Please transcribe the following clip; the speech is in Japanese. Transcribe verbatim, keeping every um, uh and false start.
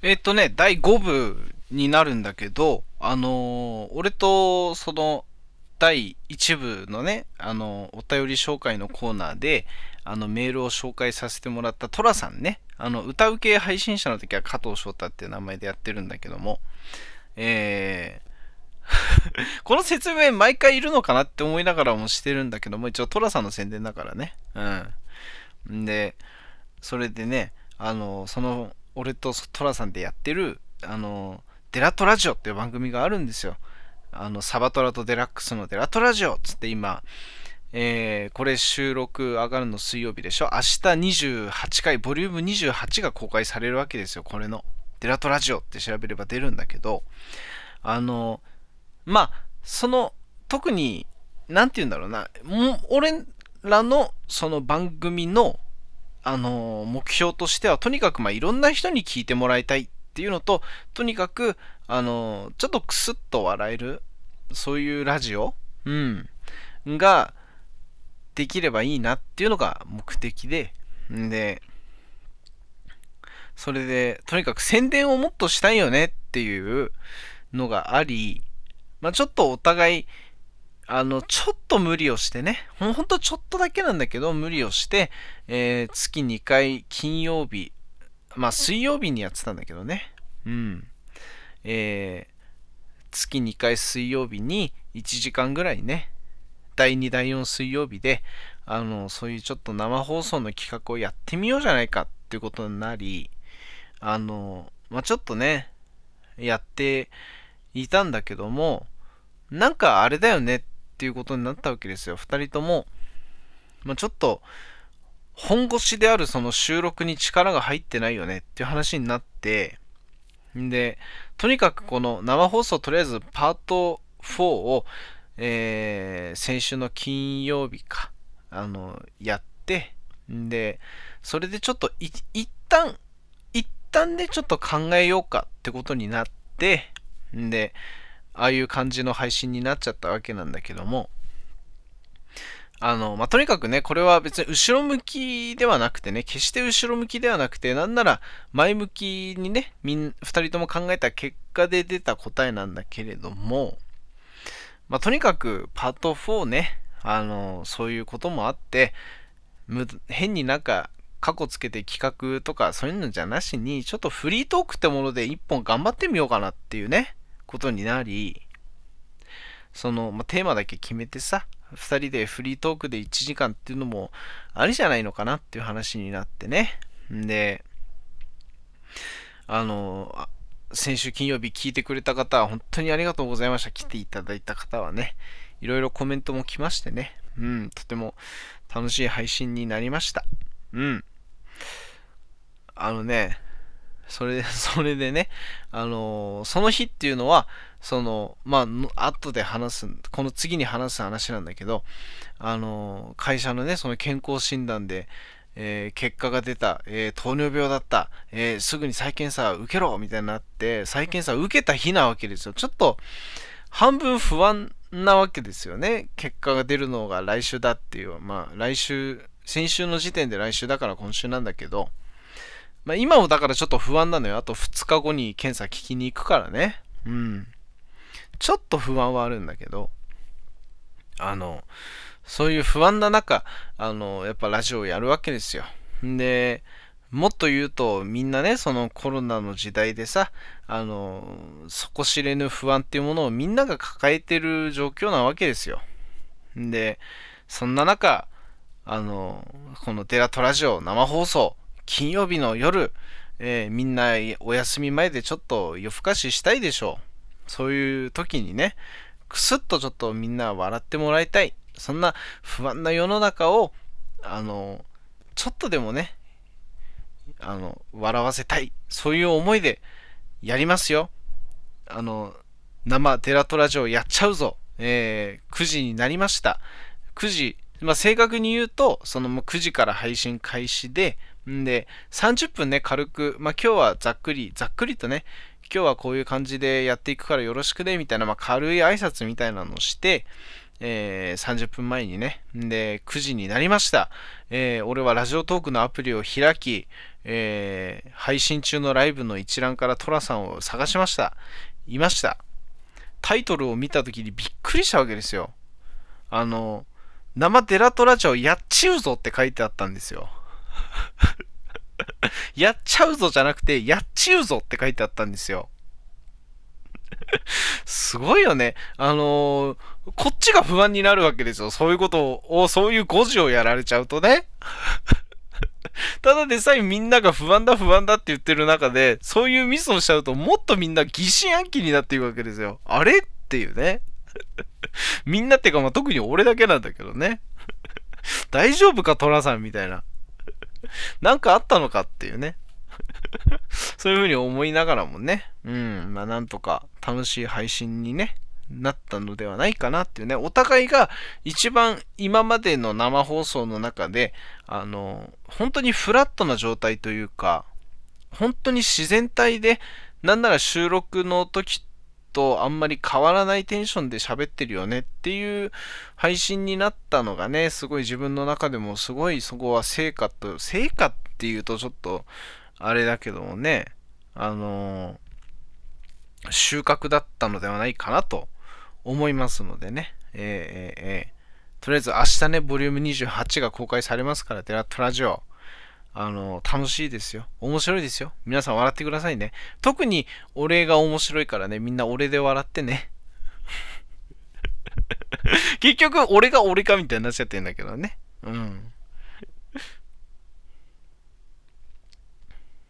えっとね、だいごぶになるんだけど、あのー俺とそのだいいちぶのね、あのーお便り紹介のコーナーで、あのメールを紹介させてもらったトラさんね、あの歌う系配信者の時は加藤翔太っていう名前でやってるんだけども、えー、この説明毎回いるのかなって思いながらもしてるんだけども、一応トラさんの宣伝だからね。うん。で、それでね、あの、その、俺とトラさんでやってる、あの、デラトラジオっていう番組があるんですよ。あの、サバトラとデラックスのデラトラジオっつって今、えー、これ収録上がるの水曜日でしょ。明日にじゅうはちかい、ボリュームにじゅうはちが公開されるわけですよ。これの。デラトラジオって調べれば出るんだけど、あの、まあ、その、特に、なんて言うんだろうな、も俺らのその番組のあの目標としてはとにかくまあいろんな人に聞いてもらいたいっていうのと、とにかくあのちょっとクスッと笑えるそういうラジオ、うん、ができればいいなっていうのが目的で、んでそれでとにかく宣伝をもっとしたいよねっていうのがあり、まあ、ちょっとお互いあの、ちょっと無理をしてね、ほんとちょっとだけなんだけど、無理をして、えー月にかい金曜日、まあ水曜日にやってたんだけどね。うん。えー月にかい水曜日にいちじかんぐらいね、だいにだいよん水曜日で、あの、そういうちょっと生放送の企画をやってみようじゃないかっていうことになり、あの、まあちょっとね、やっていたんだけども、なんかあれだよねっていうことになったわけですよ。二人とも、まあ、ちょっと本腰であるその収録に力が入ってないよねっていう話になって、で、とにかくこの生放送とりあえずパートフォーを、えー、先週の金曜日か、あの、やって、で、それでちょっとい一旦、一旦でちょっと考えようかってことになって、で、ああいう感じの配信になっちゃったわけなんだけども、あの、まあ、とにかくね、これは別に後ろ向きではなくてね、決して後ろ向きではなくて、なんなら前向きにね、みん、二人とも考えた結果で出た答えなんだけれども、まあ、とにかくパートフォーね、あの、そういうこともあって、む変になんか、過去つけて企画とかそういうのじゃなしに、ちょっとフリートークってもので一本頑張ってみようかなっていうね、ことになり、その、まあ、テーマだけ決めてさ、二人でフリートークでいちじかんっていうのもありじゃないのかなっていう話になってね。んで、あの、先週金曜日聞いてくれた方は本当にありがとうございました。来ていただいた方はね、いろいろコメントも来ましてね。うん、とても楽しい配信になりました。うん。あのね、それで、それでね、あのーその日っていうのは、その、まあ、後で話す、この次に話す話なんだけど、あのー会社のね、その健康診断で、えー結果が出た、えー糖尿病だった、えーすぐに再検査受けろみたいになって、再検査を受けた日なわけですよ。ちょっと、半分不安なわけですよね。結果が出るのが来週だっていう、まあ、来週、先週の時点で来週だから今週なんだけど、まあ、今もだからちょっと不安なのよ。あとふつかごに検査聞きに行くからね。うん。ちょっと不安はあるんだけど、あの、そういう不安な中、あの、やっぱラジオをやるわけですよ。んで、もっと言うと、みんなね、そのコロナの時代でさ、あの、底知れぬ不安っていうものをみんなが抱えてる状況なわけですよ。んで、そんな中、あの、このデラトラジオ生放送、金曜日の夜、えーみんなお休み前でちょっと夜更かししたいでしょう。そういう時にね、くすっとちょっとみんな笑ってもらいたい。そんな不安な世の中を、あの、ちょっとでもね、あの、笑わせたい。そういう思いでやりますよ。あの、生デラトラジオやっちゃうぞ。えー、くじになりました。くじ、まあ、正確に言うと、そのくじから配信開始で、んで、さんじゅっぷんね、軽く、まあ、今日はざっくり、ざっくりとね、今日はこういう感じでやっていくからよろしくね、みたいな、まあ、軽い挨拶みたいなのをして、えー、さんじゅっぷんまえにね、で、くじになりました。えー、俺はラジオトークのアプリを開き、 えー、配信中のライブの一覧からトラさんを探しました。いました。タイトルを見たときにびっくりしたわけですよ。あの、生デラトラジオやっちゅうぞって書いてあったんですよ。やっちゃうぞじゃなくて、やっちゅうぞって書いてあったんですよ。すごいよね。あのー、こっちが不安になるわけですよ。そういうことを、そういう誤字をやられちゃうとね。ただでさえみんなが不安だ不安だって言ってる中で、そういうミスをしちゃうともっとみんな疑心暗鬼になっていくわけですよ。あれっていうね。みんなってかまあ特に俺だけなんだけどね。大丈夫かトラさんみたいな。なんかあったのかっていうね。そういう風に思いながらもね、うん、まあなんとか楽しい配信にね、なったのではないかなっていうね、お互いが一番今までの生放送の中で、あの、本当にフラットな状態というか、本当に自然体で、なんなら収録の時とあんまり変わらないテンションで喋ってるよねっていう配信になったのがね、すごい自分の中でもすごいそこは成果と、成果っていうとちょっと、あれだけどもね、あのー収穫だったのではないかなと思いますのでね。えーえーえーとりあえず明日ね、ボリュームにじゅうはちが公開されますから、デラットラジオ。あのー楽しいですよ。面白いですよ。皆さん笑ってくださいね。特に俺が面白いからね、みんな俺で笑ってね。結局、俺が俺かみたいになっちゃってんだけどね。うん。